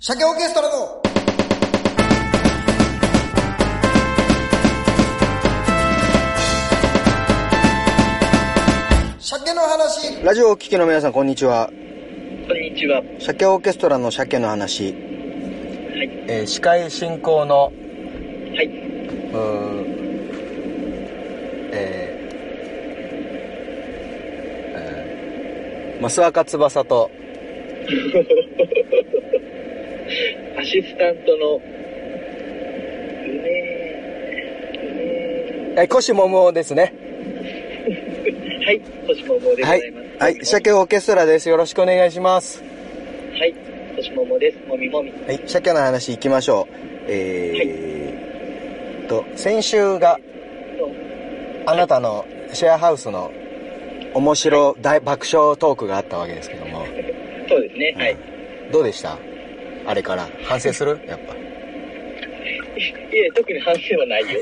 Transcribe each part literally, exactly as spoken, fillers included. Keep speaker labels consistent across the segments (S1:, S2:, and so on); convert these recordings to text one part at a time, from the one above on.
S1: 鮭オーケストラの鮭の話。ラジオをお聞きの皆さん、こんにちは。
S2: こんにちは。
S1: 鮭オーケストラの鮭の話、はい、えー、司会進行の、はい、うーえー、えー、増若翼と
S2: アシスタントの梅
S1: 梅え腰桃ですね。
S2: はい、腰桃でございます。
S1: はい、はい、鮭オーケストラです。よろしくお願いします。
S2: はい、腰桃です。もみもみ。
S1: はい、鮭の話いきましょう。えー、はい、と先週があなたのシェアハウスの面白大爆笑トークがあったわけですけども。
S2: そうですね。はい。
S1: どうでした？あれから反省する？やっぱ。い
S2: や、特に反省はないよ。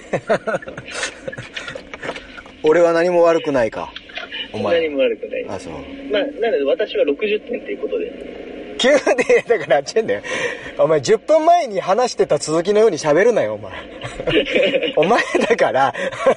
S1: 俺は何も悪くないか。お前。
S2: 何も悪くない。
S1: あ、そう。
S2: まあ、なので私はろくじゅってんということで。
S1: 急で、だから、チェンだよ。お前じゅっぷんまえに話してた続きのように喋るなよ、お前。お前だから、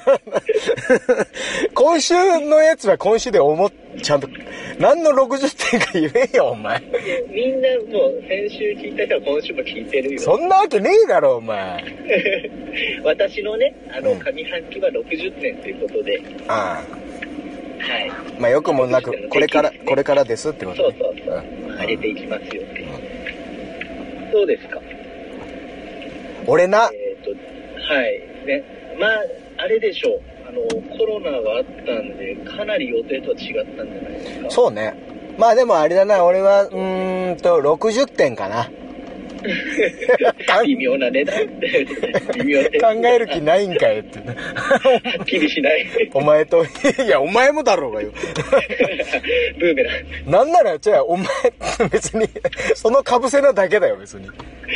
S1: 今週のやつは今週で思っ、ちゃんと、何のろくじゅってんか言えよ、お前。
S2: みんなもう先週聞いた人は今週も聞いてるよ。
S1: そんなわけねえだろ、お前。
S2: 私のね、あの、上半期はろくじゅってんということで。
S1: ああ。
S2: はい。
S1: まあ、よくもなく、これから、これからですってことね。
S2: そうそうそう。うん、上げていきますよって。うん、どうですか？
S1: 俺な。
S2: えっと、はい。ね。まあ、あれでしょう。あの、コロナがあったんで、かなり予定とは違ったんじゃないですか。
S1: そうね。まあでもあれだな、俺は、うーんと、ろくじゅってんかな。
S2: 微妙な値段微妙な
S1: 考える気ないんかいっては
S2: っきりしない
S1: お前といやお前もだろうがよ
S2: ブーメラ
S1: ンなんならじゃあお前別にそのかぶせなだけだよ別に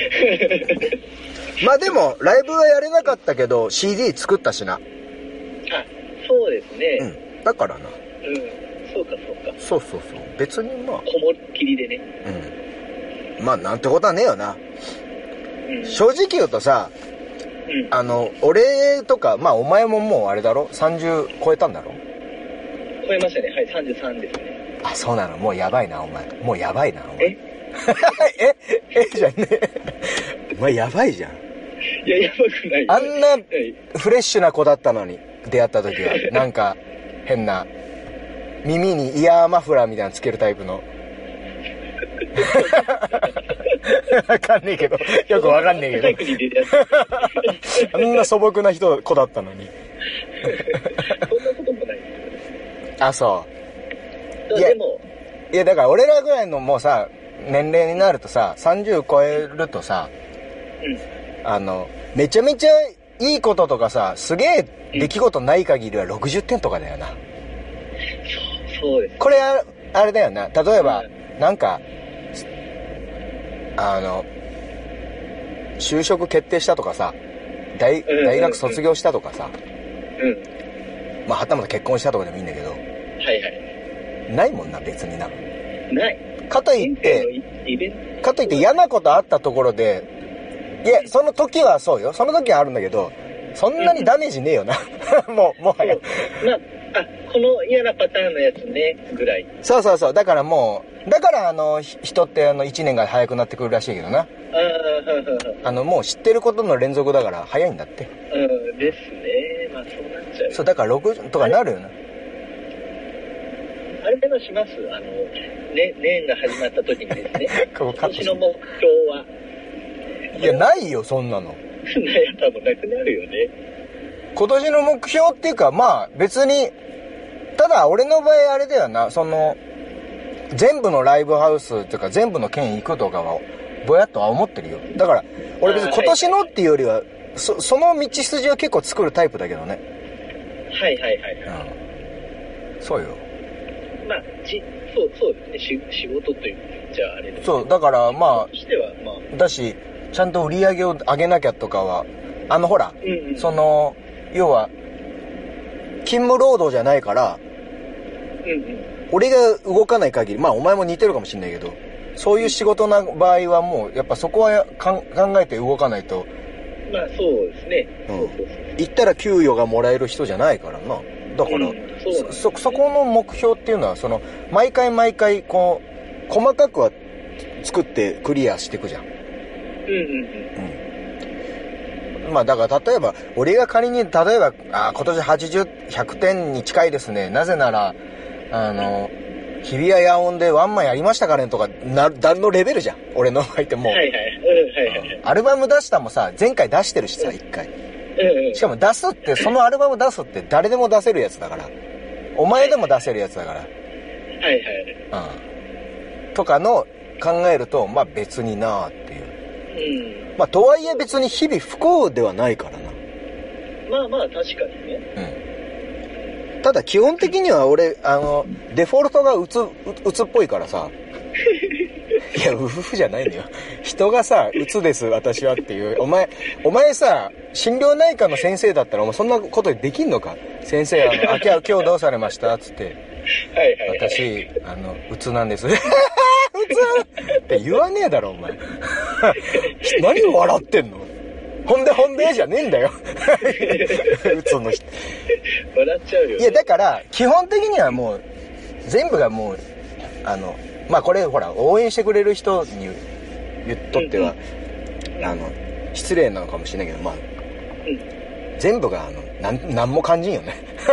S1: まあでもライブはやれなかったけど シーディー 作ったしな。あ、
S2: そうですね、
S1: うん、だからな、うん、
S2: そうかそうか、
S1: そうそうそう、別にまあ
S2: こもりきりでね、
S1: うん、まあなんてことはねえよな、うん、正直言うとさ、うん、あの俺とかまあお前ももうあれだろ、さんじゅう超えたんだろ。
S2: 超えましたね。はい、さんじゅうさんですね。
S1: あ、そうなの。もうやばいなお前、もうやばいなお前。
S2: え
S1: ええじゃねえお前やばいじゃん。
S2: いや、やばくない。
S1: あんなフレッシュな子だったのに出会った時はなんか変な耳にイヤーマフラーみたいなのつけるタイプのわかんねえけど、よくわかんねえけどあんな素朴な人子だったのに
S2: そんなこともない。
S1: あ、そう。いや、
S2: でも
S1: いやだから俺らぐらいのもうさ年齢になるとさ、さんじゅう超えるとさ、うん、あのめちゃめちゃいいこととかさ、すげえ出来事ない限りはろくじゅってんとかだよな。
S2: そう、そうです。
S1: これああれだよな。例えば、うん、なんかあの就職決定したとかさ、 大, 大学卒業したとかさ、うん、まあはたまた結婚したとかでもいいんだけど、はいはい、ないもんな別にな。
S2: ない
S1: かといってかといって嫌なことあったところで、いやその時はそうよ、その時はあるんだけど、そんなにダメージねえよな、うん、もうもはや、
S2: まあ、あ、この嫌なパターンのやつねぐらい。
S1: そうそうそう、だからもうだからあの人ってあのいちねんが早くなってくるらしいけどな。ああのもう知ってることの連続だから早いんだって。
S2: うんですね。まあそうなっちゃう。
S1: そうだからろくとかなるよな。
S2: あれでもします、あの、ね、年が始まった時にですね今年の目標は。
S1: いやないよそんなの。
S2: ないや多分なくなるよね。
S1: 今年の目標っていうか、まあ別にただ俺の場合あれだよな、その全部のライブハウスっていうか全部の県行くとかはぼやっとは思ってるよ。だから俺別に今年のっていうよりはそ, その道筋は結構作るタイプだけどね。
S2: はいはいはい、はい、
S1: うん、そうよ。
S2: まあじそうそうですね、仕事というじゃああれです、ね、
S1: そうだからまあ
S2: としてはまあ
S1: だしちゃんと売り上げを上げなきゃとかはあのほら、うんうん、その要は勤務労働じゃないから、うんうん、俺が動かない限り、まあお前も似てるかもしんないけど、 そういう仕事な場合はもうやっぱそこはかん考えて動かないと。
S2: まあそうですね、
S1: うん、
S2: そうそうそう、
S1: 行ったら給与がもらえる人じゃないからな。だから、うん、そ, そ, そこの目標っていうのはその毎回毎回こう細かくは作ってクリアしていくじゃん。うんうんうん。まあだから例えば俺が仮に例えばあ今年はちじゅう、ひゃくてんに近いですね。なぜならあの日比谷野音でワンマンやりましたかねとかな段のレベルじゃん。俺の場合ってもう、はいはい、うんはいはい、アルバム出したもさ前回出してるしさ一回。うんうん、しかも出すってそのアルバム出すって誰でも出せるやつだからお前でも出せるやつだからはい
S2: はい、
S1: うん、とかの考えるとまあ別になーっていう、うん、まあとはいえ別に日々不幸ではないからな。
S2: まあまあ確かにね、
S1: うん、ただ基本的には俺あのデフォルトがうつうつっぽいからさいや、うふふじゃないんだよ。人がさ、うつです、私はっていう。お前、お前さ、心療内科の先生だったら、お前そんなことできんのか先生、あの、あ、今日、今日どうされましたつって。はいはい、はい。私、あの、うつなんです。うつって言わねえだろ、お前。何を笑ってんのほんでほんでじゃねえんだよ。うつの人。
S2: 笑っちゃうよ、ね。
S1: いや、だから、基本的にはもう、全部がもう、あの、まあこれほら応援してくれる人に言っとっては、うんうん、あの失礼なのかもしれないけどまあ、うん、全部があのなん何も感じんよね。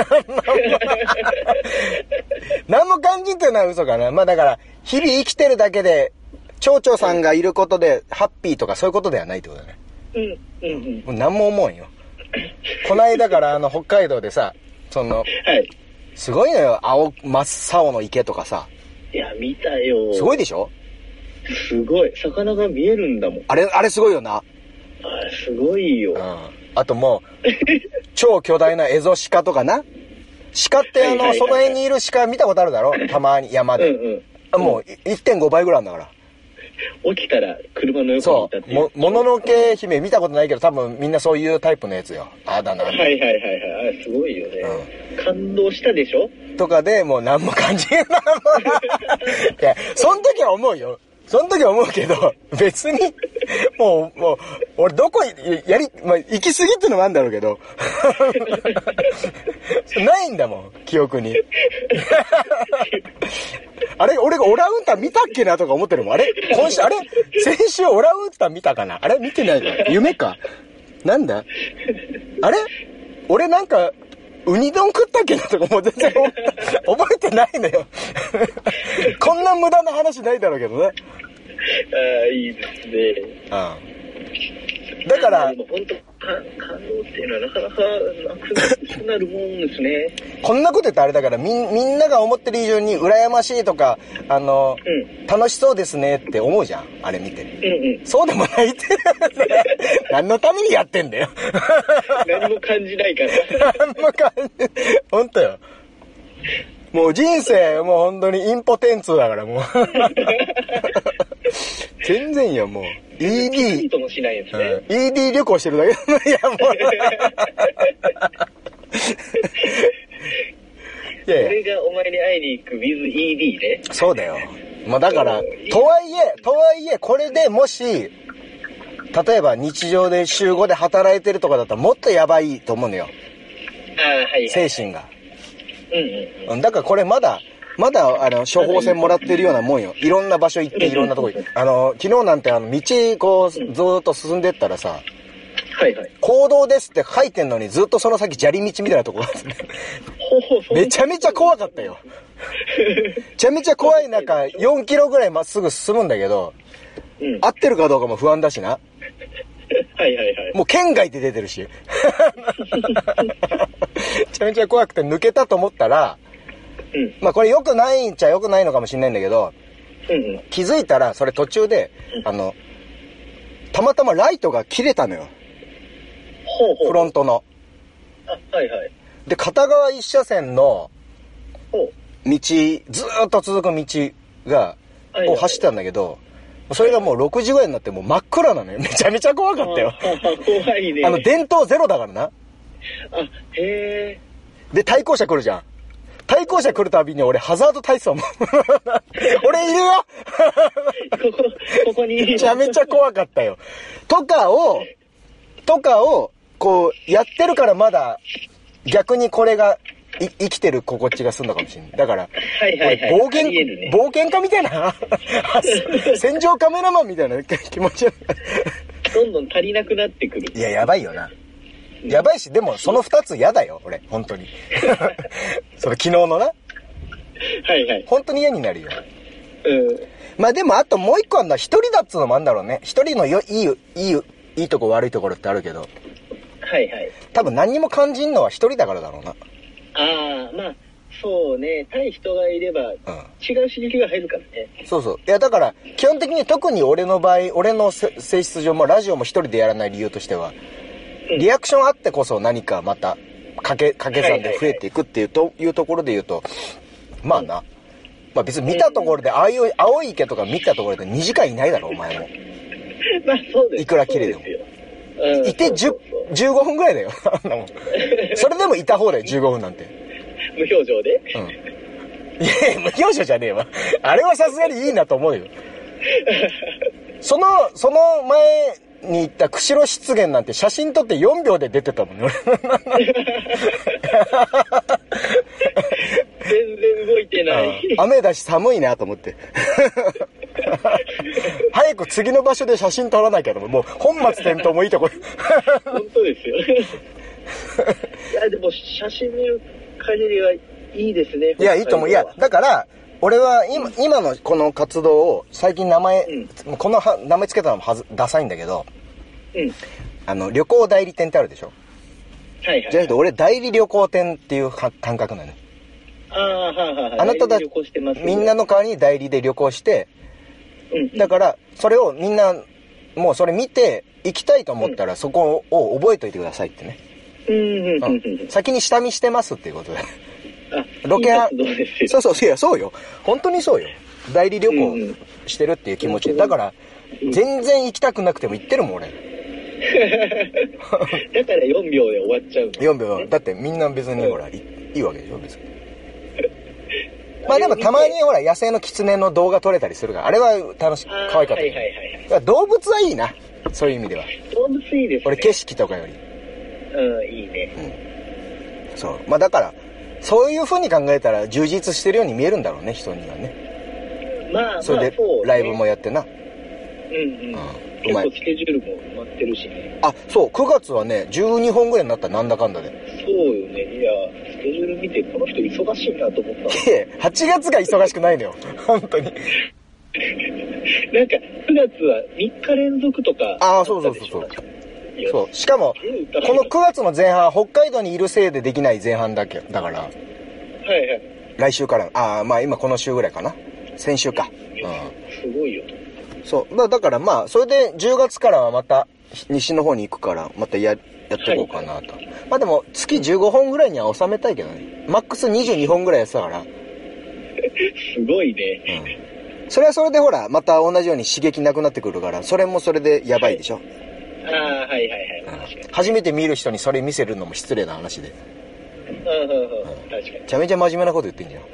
S1: 何も感じんっていうのは嘘かな。まあだから日々生きてるだけで町長さんがいることでハッピーとかそういうことではないってことだね。うんうんうん。もう何も思うんよ。こないだからあの北海道でさその、はい、すごいのよ青真っ青の池とかさ。
S2: いや、見たよ。
S1: すごいでしょ？
S2: すごい。魚が見えるんだもん。
S1: あれ、あれすごいよな。
S2: あれすごいよ。
S1: うん。あともう、超巨大なエゾシカとかな。鹿ってあの、その辺にいる鹿見たことあるだろ？たまに山で。うんうん。もう いってんご 倍ぐらいあるんだから。
S2: 起きたら車の横にいたっていう。
S1: そう。も、もののけ姫見たことないけど多分みんなそういうタイプのやつよ。あだな。
S2: はいはいはいはい。あれすごいよね。うん、感動したでしょ？
S1: とかでもう何も感じない。いや、その時は思うよ。その時は思うけど、別に、もう、もう、俺どこやり、まあ、行き過ぎってのもあるんだろうけど、ないんだもん、記憶に。あれ、俺がオラウンタン見たっけなとか思ってるもん。あれ今週、あれ先週オラウンタン見たかなあれ見てないか夢かなんだあれ俺なんか、ウニ丼食ったっけなとかもう全然覚えてないのよ。こんな無駄な話ないだろうけどね。
S2: ああ、いいですね。
S1: ああ。だから、
S2: でも本当感動っていうのはなかなかなくなるもんですね。
S1: こんなこと言ったらあれだからみ、みんなが思ってる以上に羨ましいとか、あの、うん、楽しそうですねって思うじゃん。あれ見て。うんうん。そうでもないって。何のためにやってんだよ。
S2: 何も感じないから。
S1: 何も感じ、ほんとよ。もう人生、もう本当にインポテンツだからもう。全然よ、もう。イーディー。
S2: ともしないですね。
S1: うん、イーディー 旅行してるだけ。いや、もう。
S2: いやいや。俺がお前に会いに行く with イーディー ね。
S1: そうだよ。まあだから、とはいえ、とはいえ、これでもし、例えば日常で週ごで働いてるとかだったらもっとやばいと思うのよ。
S2: ああ、はい、はい。
S1: 精神が。
S2: うんうん。
S1: だからこれまだ、まだ、あの、処方箋もらってるようなもんよ。いろんな場所行って、いろんなとこ行って。あの、昨日なんてあの、道、こう、ずーっと進んでったらさ、
S2: はいはい。
S1: 行動ですって書いてんのに、ずっとその先砂利道みたいなとこがあってね。めちゃめちゃ怖かったよ。めちゃめちゃ怖い中、よんキロぐらいまっすぐ進むんだけど、うん、合ってるかどうかも不安だしな。
S2: はいはいはい。
S1: もう県外って出てるし。めちゃめちゃ怖くて抜けたと思ったら、うん、まあこれ良くないんちゃ良くないのかもしれないんだけど、うんうん、気づいたらそれ途中で、うん、あのたまたまライトが切れたのよ。
S2: ほうほう。
S1: フロントの。
S2: あ、はいはい。
S1: で片側一車線の道、ずーっと続く道がを走ってたんだけど、それがもうろくじぐらいになってもう真っ暗なのよ。めちゃめちゃ怖かったよ。
S2: 怖いね。
S1: あの電灯ゼロだからな。
S2: あ、へえ。
S1: で対向車来るじゃん。 対向車来るたびに俺ハザード体操もん。俺いるよ
S2: ここ、ここに。
S1: めちゃめちゃ怖かったよ。とかを、とかを、こう、やってるからまだ、逆にこれが、い生きてる心地がすんだかもしれない。だから、
S2: はいはいはい。
S1: 冒険、ね、冒険家みたいな戦場カメラマンみたいな気持ち。
S2: どんどん足りなくなってくる。
S1: いや、やばいよな。やばいし、でもその二つ嫌だよ、俺。本当に。その昨日のな。
S2: はいはい。
S1: 本当に嫌になるよ。
S2: うん。
S1: まあでもあともう一個あんだ。一人だっつうのもあんだろうね。一人のよ、いい、いい、いいとこ悪いところってあるけど。
S2: はいはい。
S1: 多分何にも感じんのは一人だからだろうな。
S2: ああ、まあ、そうね。対人がいれば、違う刺激が入るからね、
S1: うん。そうそう。いやだから、基本的に特に俺の場合、俺の性質上もラジオも一人でやらない理由としては、うん、リアクションあってこそ何かまた、掛け、掛け算で増えていくっていうと、いうところで言うと、まあな。うん、まあ別に見たところで、ああいう青い池とか見たところでにじかんいないだろ、お前も。
S2: まあそうです。
S1: いくら綺麗でも。うん、いてじゅう、じゅうごふんぐらいだよ。あんなもん。それでもいた方だよ、じゅうごふんなんて。
S2: 無表情で
S1: うん。いやいや、無表情じゃねえわ。あれはさすがにいいなと思うよ。その、その前に行った釧路湿原なんて写真撮ってよんびょうで出てたもんね。
S2: 全然動いてない。
S1: 雨だし寒いなと思って。早く次の場所で写真撮らなきゃと思う。もう本末転倒もいいとこ。
S2: 本当ですよ。いやでも写真見る限りはいいですね。
S1: いやいいと思う。いやだから俺は今今のこの活動を最近名前、うん、この名前つけたのもはずダサいんだけど、うん、あの旅行代理店ってあるでしょ。
S2: はいはい。
S1: じゃなくて俺代理旅行店っていう感覚なのね。
S2: ああはいはいはい。
S1: あなたたちみんなの代わりに代理で旅行して。だから、それをみんな、もうそれ見て、行きたいと思ったら、そこを覚えといてくださいってね。
S2: うんうん
S1: うん。先に下見してますっていうことで。
S2: あ、
S1: ロケハン。そうそう、いや、そうよ。本当にそうよ。代理旅行してるっていう気持ちで。だから、全然行きたくなくても行ってるもん、俺。
S2: だからよんびょうで終わっちゃう。
S1: よんびょう。だってみんな別に、ほら、いいわけでしょ、別に。まあでもたまにほら野生のキツネの動画撮れたりするからあれは楽しい可愛かった、はいはいはいはい、動物はいいなそういう意味では
S2: 動物いいですね
S1: 俺景色とかより
S2: うんいいね、
S1: うん、そうまあだからそういう風に考えたら充実してるように見えるんだろうね人にはね
S2: まあ
S1: それでライブもやってな、まあ、
S2: うんうん、うん、結構スケジュールも埋まってるしね
S1: あそうくがつはねじゅうにほんぐらいになったなんだかんだで
S2: そうよねいやスケジュール見てこの人忙しいなと思ったの。
S1: いやはちがつが忙しくないのよ本当になんか
S2: くがつはみっか連続とか
S1: ああそうそうそうそうそうしかもこのくがつの前半北海道にいるせいでできない前半だけだからはい
S2: はい
S1: 来週からああまあ今この週ぐらいかな先週か
S2: うんすごいよと
S1: そうだだからまあそれでじゅうがつからはまた西の方に行くからまたややっていこうかなと、はい、まあでも月じゅうごほんぐらいには収めたいけどねマックスにじゅうにほんぐらいやってたから
S2: すごいね
S1: うんそれはそれでほらまた同じように刺激なくなってくるからそれもそれでやばいでしょ、はい、
S2: ああはいはいはい、
S1: うん、初めて見る人にそれ見せるのも失礼な話で
S2: うんうんうん、うん、確かに
S1: めちゃめちゃ真面目なこと言ってんじゃん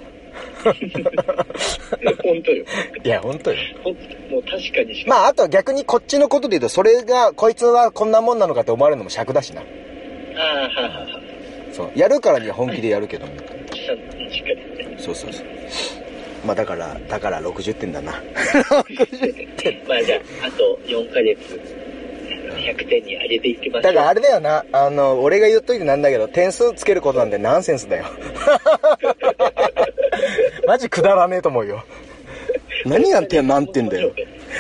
S2: 本当よ
S1: いや本当よ
S2: もう確かにしか
S1: まああと逆にこっちのことで言うとそれがこいつはこんなもんなのかって思われるのも尺だしな
S2: ああははは
S1: そうやるからには本気でやるけども
S2: 確かに
S1: そうそうそうまあだからだからろくじゅってんだな
S2: ろくじゅってんまあじゃああとよんかげつひゃくてんに上げていきましょう
S1: だからあれだよなあの俺が言っといてなんだけど点数つけることなんてナンセンスだよマジくだらねえと思うよ何がてなんてんだよ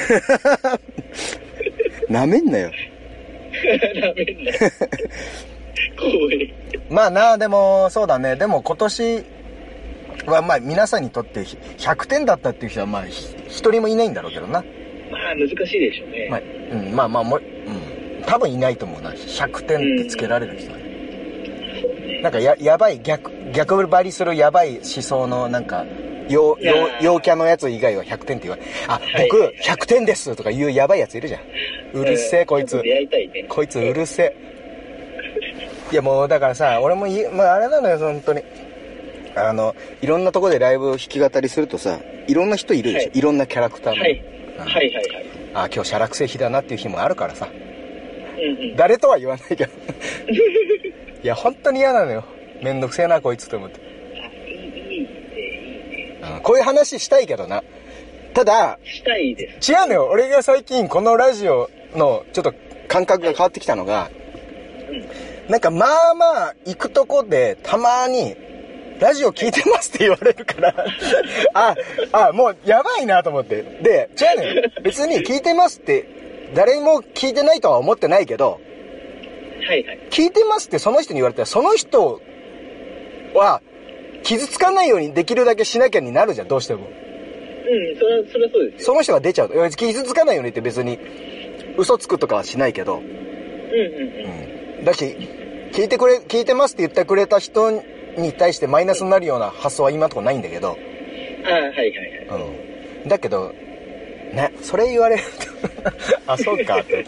S1: なめんなよ
S2: なめんなよ怖い
S1: まあなでもそうだねでも今年はまあ皆さんにとってひゃくてんだったっていう人はまあ一人もいないんだろうけどな
S2: まあ難しいでしょうね、
S1: まあうん、まあまあもう、うん、多分いないと思うなひゃくてんってつけられる人は、うん、なんかややばい逆逆張りするやばい思想のなんか陽陽キャのやつ以外はひゃくてんって言われあ、僕ひゃくてんですとか言うやばいやついるじゃんうるせえこいつ
S2: 出会いたいね
S1: こいつうるせえいやもうだからさ俺もい、まあ、あれなのよ本当にあのいろんなところでライブを弾き語りするとさ、いろんな人いるでしょ、はい、いろんなキャラクターの、
S2: はい
S1: うん、
S2: はいはいはい。
S1: あ、今日写楽星日だなっていう日もあるからさ、
S2: うんうん、
S1: 誰とは言わないけどいや本当に嫌なのよ、めんどくせえなこいつと思って。
S2: あ、いいいいねいいね、
S1: うん、こういう話したいけどな。ただ
S2: したいです。
S1: 違うのよ、俺が最近このラジオのちょっと感覚が変わってきたのが、はい、うん、なんかまあまあ行くとこでたまにラジオ聞いてますって言われるからああもうやばいなと思って、で違うのよ、別に聞いてますって誰も聞いてないとは思ってないけど、
S2: はいはい、
S1: 聞いてますってその人に言われたら、その人は傷つかないようにできるだけしなきゃになるじゃん、どうしても。
S2: うん、それはそれはそうですよ。
S1: その人が出ちゃう、傷つかないようにって別に嘘つくとかはしないけど、うんうんうん、だし聞いてくれ聞いてますって言ってくれた人に対してマイナスになるような発想は今のところないんだけど、
S2: ああはいはいはい、
S1: うん、だけどね、それ言われるとあ、そうかって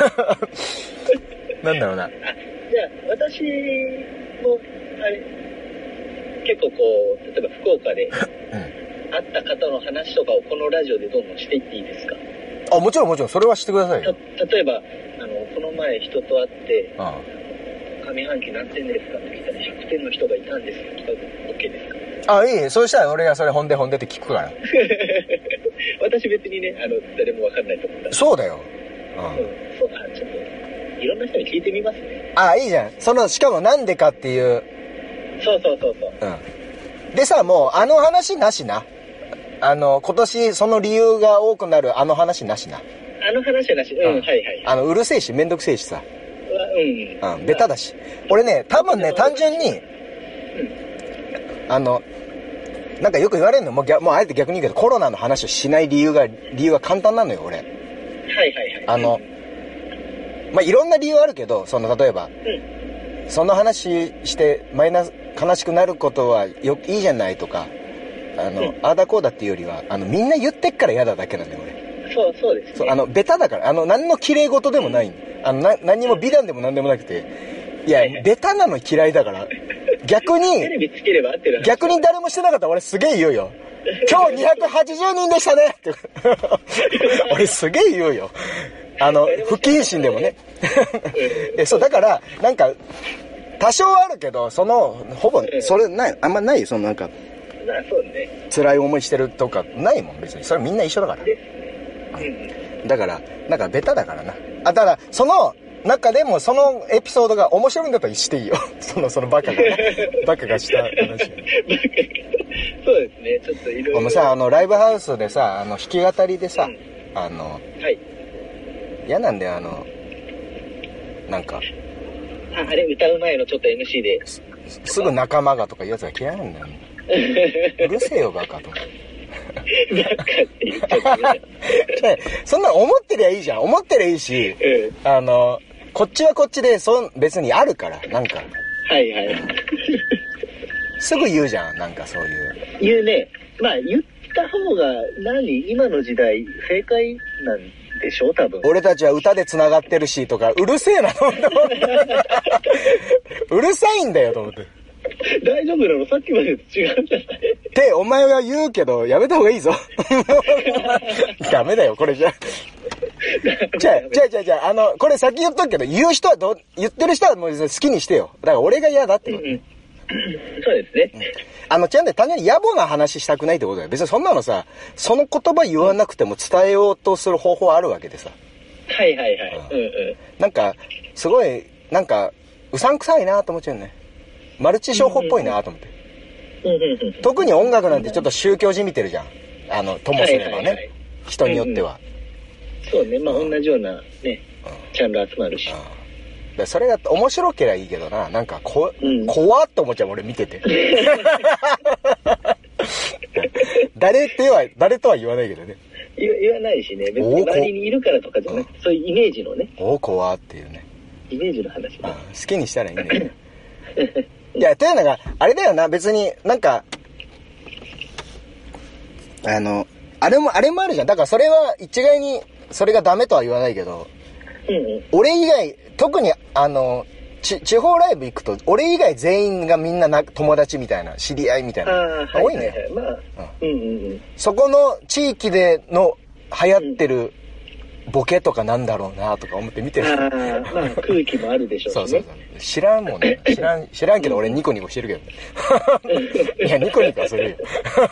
S1: なんだろうな。あ、
S2: じゃあ私もあれ結構こう例えば福岡で、うん会った方の話とかをこのラジオでどんどんしていっていいですか？
S1: あ、もちろんもちろん、それはしてくださいよ。
S2: た例えばあのこの前人と会って、
S1: あ
S2: あ上半期何点ですかって聞いたらひゃくてんの人がいたんですとか OK ですか？
S1: あ、いい、そうしたら俺がそれほんでほんでって聞くから
S2: 私別にね、あの誰も分かんないと思ったら。
S1: そうだよ、
S2: うん、うん、そうか、ちょっといろんな人に聞いてみますね。
S1: あ、いいじゃん。そのしかもなんでかっていう。
S2: そうそうそうそう、
S1: うん、でさ、もうあの話なしな、あの今年その理由が多くなるあの話なしな。
S2: あの話はなし、うん、うん、はいはい。
S1: あのうるせえしめんどくせえしさ、
S2: うん、
S1: うん、ベタだし。俺ね、多分ね、単純に、うん、あのなんかよく言われるの、もうもうあえて逆に言うけど、コロナの話をしない理由が理由は簡単なのよ俺。はいはい
S2: はい。
S1: あのまあいろんな理由あるけど、その例えば、うん、その話してマイナス悲しくなることはよいいじゃないとか。あの、うん、あーだこうだっていうよりは、あのみんな言ってっから嫌だだけなんだよ俺。
S2: そうそうですね。
S1: そう、あのベタだから、あの何の綺麗事でもない、うん、あのな何にも美談でも何でもなくて、いや、はいはい、ベタなの嫌いだから。逆に
S2: テレビつければ合ってる。
S1: 逆に誰もしてなかったら俺すげえ言うよ。今日にひゃくはちじゅうにんでしたねって俺すげえ言うよ。あの不謹慎でもね。え、そうだからなんか多少あるけど、そのほぼそれない、あんまないよ、そのなんか。
S2: まあそうね、
S1: 辛い思いしてるとかないもん別に。それみんな一緒だから、うん、だからなんかベタだからな。あ、ただその中でもそのエピソードが面白いんだったらしていいよそのそのバカがバカがした話そうです
S2: ね、ちょっといろいろ。
S1: もうさ、あのライブハウスでさ、あの弾き語りでさ、うん、あの、
S2: はい、
S1: 嫌なんだよ、あのなんか
S2: あ, あれ歌う前のちょっと エムシー です
S1: すぐ仲間がとかいうやつが嫌いなんだようるせえよバカとバカって言っちゃったそんな思ってりゃいいじゃん、思ってりゃいいし、うん、あのこっちはこっちでそん別にあるから、なんか
S2: はいはい
S1: すぐ言うじゃん、なんかそういう
S2: 言うね。まあ言った方が何今の時代正解なんでしょう多分。
S1: 俺たちは歌で繋がってるしとか、うるせえなと思ってうるさいんだよと思って。
S2: 大丈夫なの、さっきまでと違うんじゃない
S1: ってお前は言うけどやめた方がいいぞダメだよこれじゃじゃあじゃあじゃあじゃああのこれ先言っとくけど、言う人はど言ってる人はもう好きにしてよ。だから俺が嫌だってこと、うんうん、
S2: そうですね、
S1: うん、あのちゃんで単純に野暮な話したくないってことだよ。別にそんなのさ、その言葉言わなくても伝えようとする方法あるわけでさ。
S2: はいはいはい、うんうんうん、
S1: なんかすごいなんかうさんくさいなと思っちゃうね。マルチ商法っぽいなと思って、うんうんうん、特に音楽なんてちょっと宗教じみてるじゃん、あのともすればね、はいはいはい、人によっては、
S2: うんうん、そうね、まあ、うん、同じようなね、うん、ジャンル集まるし、
S1: うん、でそれが面白ければいいけどな、なんかこ、うん、怖っと思っちゃう俺見てて誰っては誰とは言わないけどね、
S2: 言, 言わないしね、別に周りにいるからとかじゃなくて、うん、そういうイメージのね、
S1: お怖っていうね、
S2: イメージの話ね、
S1: うん、好きにしたらいいんだよいや、というのが、あれだよな、別になんか、あの、あれも、あれもあるじゃん。だからそれは一概に、それがダメとは言わないけど、うんうん、俺以外、特に、あの、 ち地方ライブ行くと俺以外全員がみんなな友達みたいな知り合いみたいな
S2: あ
S1: 多いね、
S2: はいはいはい、まあ、うん、うんうんうん、
S1: そこの地域での流行ってるボケとかなんだろうなとか思って見てる。
S2: ああ、まあ空気もあるでしょうしね。そうそうそう。
S1: 知らんもんね。知らん、知らんけど俺ニコニコしてるけどね。いや、ニコニコはするよ。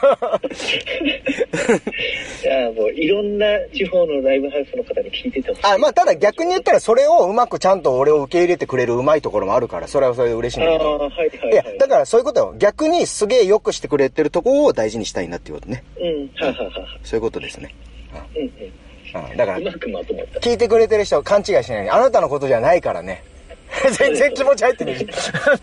S2: いや、もういろんな地方のライブハウスの方に聞いててほしい。
S1: あ、まあただ逆に言ったらそれをうまくちゃんと俺を受け入れてくれるうまいところもあるから、それはそれで嬉しいんだけど。
S2: ああ、はいはい、はい。
S1: いや、だからそういうことよ。逆にすげえ良くしてくれてるところを大事にしたいなっていうことね。
S2: うん、ははは。
S1: そういうことですね。
S2: うんうん。
S1: うん、だから
S2: うまくまとまった。
S1: 聞いてくれてる人勘違いしない。あなたのことじゃないからね。全然気持ち入ってるし。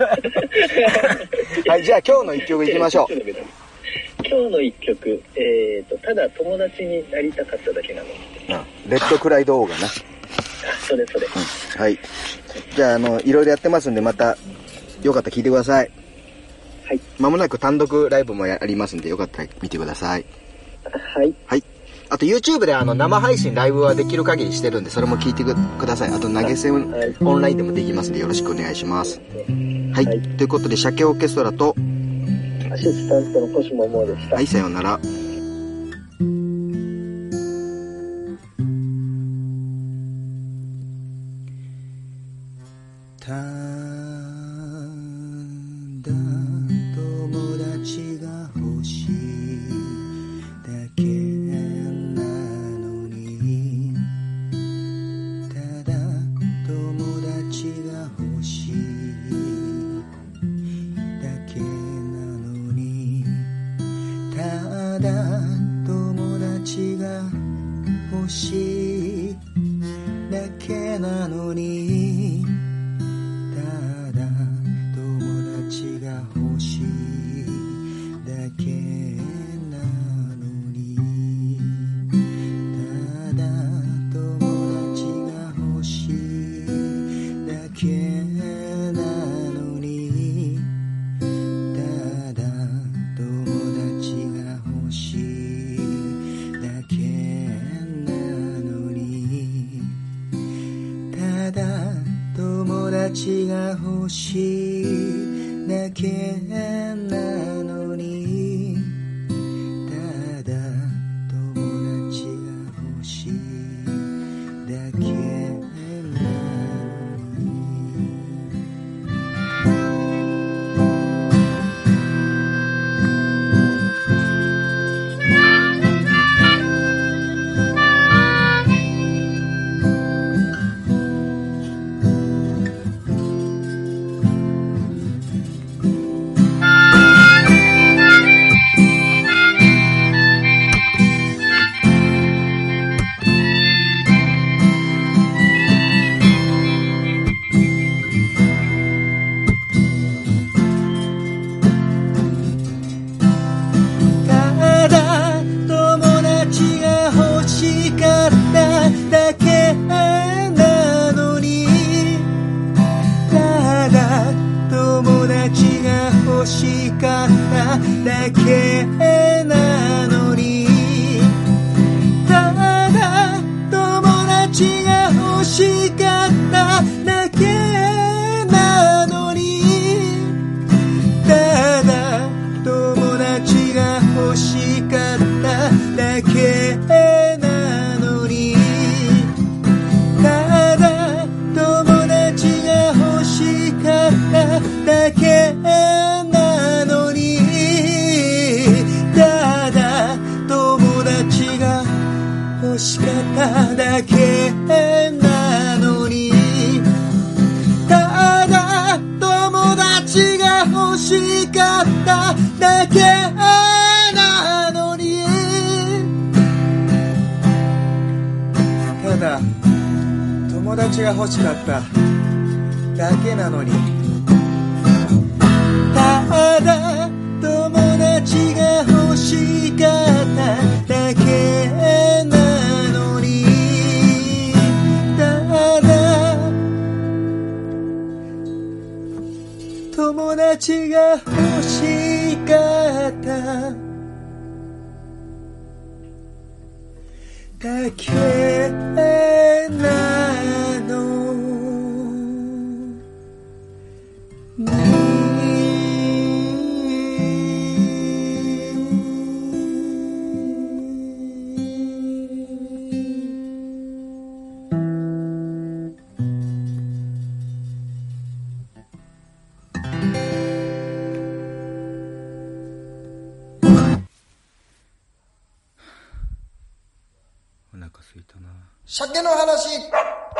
S1: はい、じゃあ今日の一曲いきましょう。
S2: 今日の一曲、えーと、ただ友達になりたかっただけなの。
S1: うん、レッドクライドオーガな。
S2: あ、それそれ。
S1: うん、はい。じゃあ、あの、いろいろやってますんで、また、よかったら聞いてください。
S2: はい。
S1: まもなく単独ライブもやりますんで、よかったら見てください。
S2: はい。
S1: はい。あと YouTube であの生配信ライブはできる限りしてるんでそれも聞いてください。あと投げ銭オンラインでもできますんでよろしくお願いします。はい、はい、ということで鮭オーケストラと
S2: アシスタントの星桃でした。
S1: はい、さようなら。ただ友達が欲しいだけなのにただ友達が欲しいだけなのにただ友達が欲しいだけなのにただ友達が欲しいだけなのにただ友達が欲しいだけなのにただ友達が欲しいだけなのにただ友達が欲しいだけなのにただ友達が欲しいだけなのだけなのにただ友達が欲しかっただけなのにただ友達が欲しかっただけなのにただ友達が欲しかっただけなのに欲しかっただけなのにただ友達が欲しかっただけなのにただ友達が欲しかっただけなのにただ友達が欲しかっただけなのにただ友達が欲しかっただけなの
S3: 腹すいたな。
S1: 鮭の話